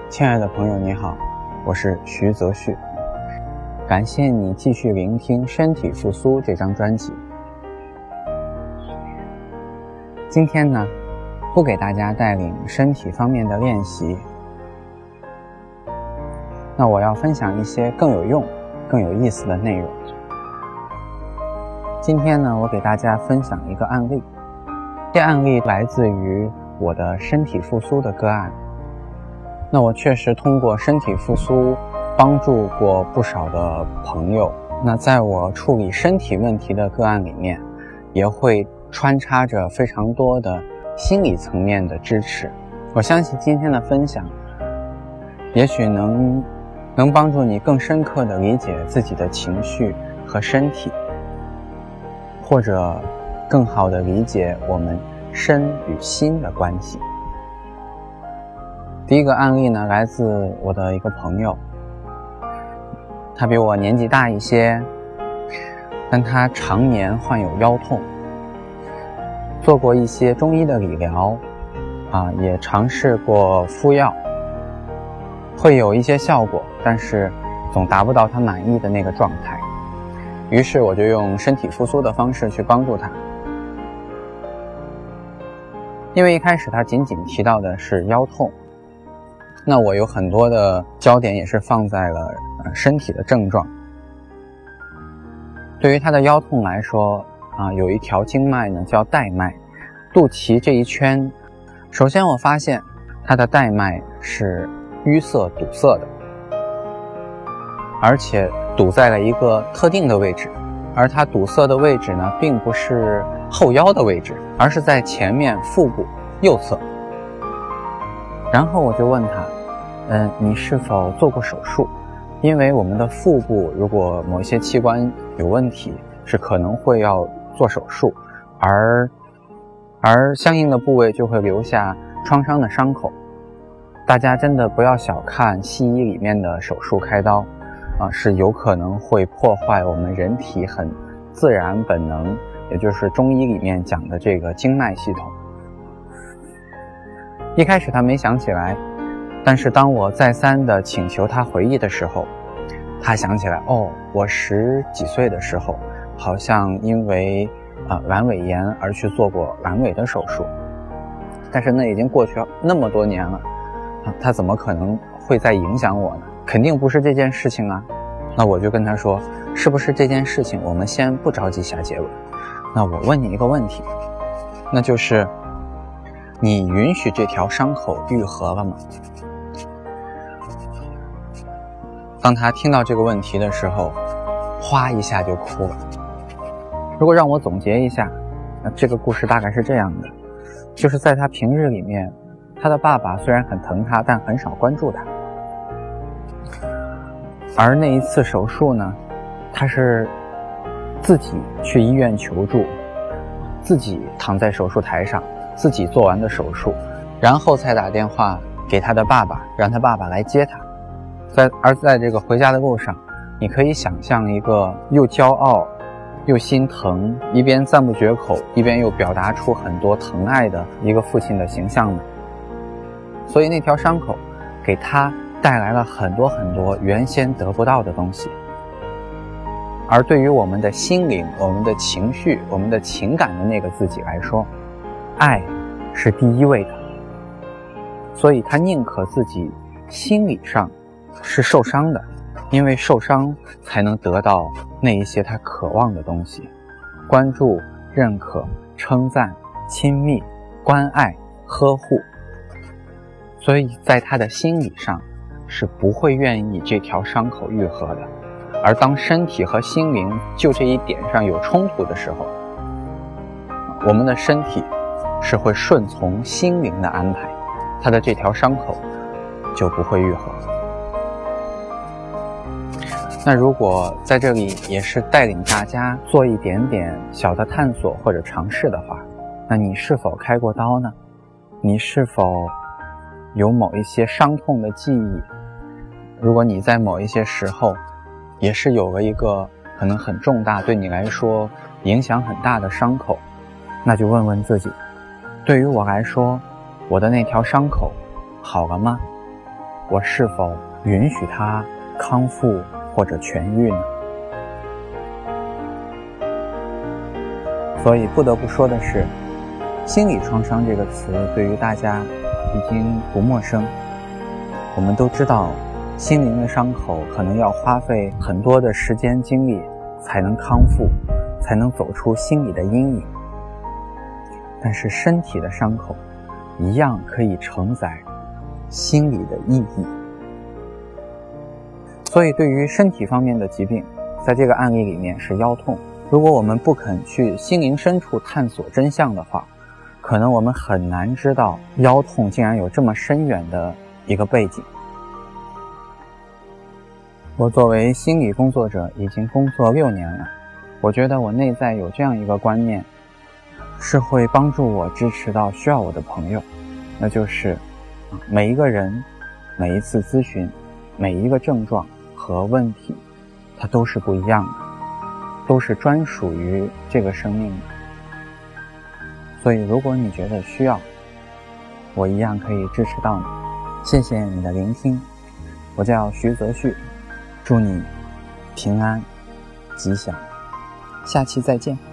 亲爱的朋友你好，我是徐泽旭，感谢你继续聆听身体复苏这张专辑。今天呢，不给大家带领身体方面的练习，那我要分享一些更有用更有意思的内容。今天呢，我给大家分享一个案例，这案例来自于我的身体复苏的个案。那我确实通过身体复苏帮助过不少的朋友，那在我处理身体问题的个案里面，也会穿插着非常多的心理层面的支持。我相信今天的分享也许能帮助你更深刻地理解自己的情绪和身体，或者更好地理解我们身与心的关系。第一个案例呢，来自我的一个朋友，他比我年纪大一些，但他常年患有腰痛，做过一些中医的理疗也尝试过敷药，会有一些效果，但是总达不到他满意的那个状态。于是我就用身体复苏的方式去帮助他。因为一开始他仅仅提到的是腰痛，那我有很多的焦点也是放在了身体的症状。对于他的腰痛来说有一条经脉呢叫带脉，肚脐这一圈，首先我发现他的带脉是淤塞堵塞的，而且堵在了一个特定的位置，而它堵塞的位置呢并不是后腰的位置，而是在前面腹部右侧。然后我就问他你是否做过手术？因为我们的腹部如果某一些器官有问题，是可能会要做手术，而相应的部位就会留下创伤的伤口。大家真的不要小看西医里面的手术开刀是有可能会破坏我们人体很自然本能，也就是中医里面讲的这个经脉系统。一开始他没想起来，但是当我再三的请求他回忆的时候，他想起来我10几岁的时候好像因为阑尾炎而去做过阑尾的手术，但是那已经过去那么多年了他怎么可能会再影响我呢？肯定不是这件事情啊。那我就跟他说，是不是这件事情我们先不着急下结论。那我问你一个问题，那就是你允许这条伤口愈合了吗？当他听到这个问题的时候，哗一下就哭了。如果让我总结一下，那这个故事大概是这样的，就是在他平日里面，他的爸爸虽然很疼他，但很少关注他。而那一次手术呢，他是自己去医院求助，自己躺在手术台上，自己做完的手术，然后才打电话给他的爸爸，让他爸爸来接他。而在这个回家的路上，你可以想象一个又骄傲又心疼，一边赞不绝口，一边又表达出很多疼爱的一个父亲的形象呢。所以那条伤口给他带来了很多很多原先得不到的东西。而对于我们的心灵、我们的情绪、我们的情感的那个自己来说，爱是第一位的。所以他宁可自己心理上是受伤的，因为受伤才能得到那一些他渴望的东西：关注、认可、称赞、亲密、关爱、呵护。所以在他的心理上是不会愿意这条伤口愈合的。而当身体和心灵就这一点上有冲突的时候，我们的身体是会顺从心灵的安排，他的这条伤口就不会愈合。那如果在这里也是带领大家做一点点小的探索或者尝试的话，那你是否开过刀呢？你是否有某一些伤痛的记忆？如果你在某一些时候也是有了一个可能很重大，对你来说影响很大的伤口，那就问问自己，对于我来说，我的那条伤口好了吗？ 我是否允许它康复或者痊愈呢？所以不得不说的是，心理创伤这个词对于大家已经不陌生。我们都知道，心灵的伤口可能要花费很多的时间精力才能康复，才能走出心理的阴影。但是身体的伤口一样可以承载心理的意义。所以对于身体方面的疾病，在这个案例里面是腰痛，如果我们不肯去心灵深处探索真相的话，可能我们很难知道腰痛竟然有这么深远的一个背景。我作为心理工作者已经工作6年了，我觉得我内在有这样一个观念，是会帮助我支持到需要我的朋友，那就是每一个人每一次咨询，每一个症状和问题它都是不一样的，都是专属于这个生命的。所以如果你觉得需要，我一样可以支持到你。谢谢你的聆听，我叫徐泽旭，祝你平安吉祥，下期再见。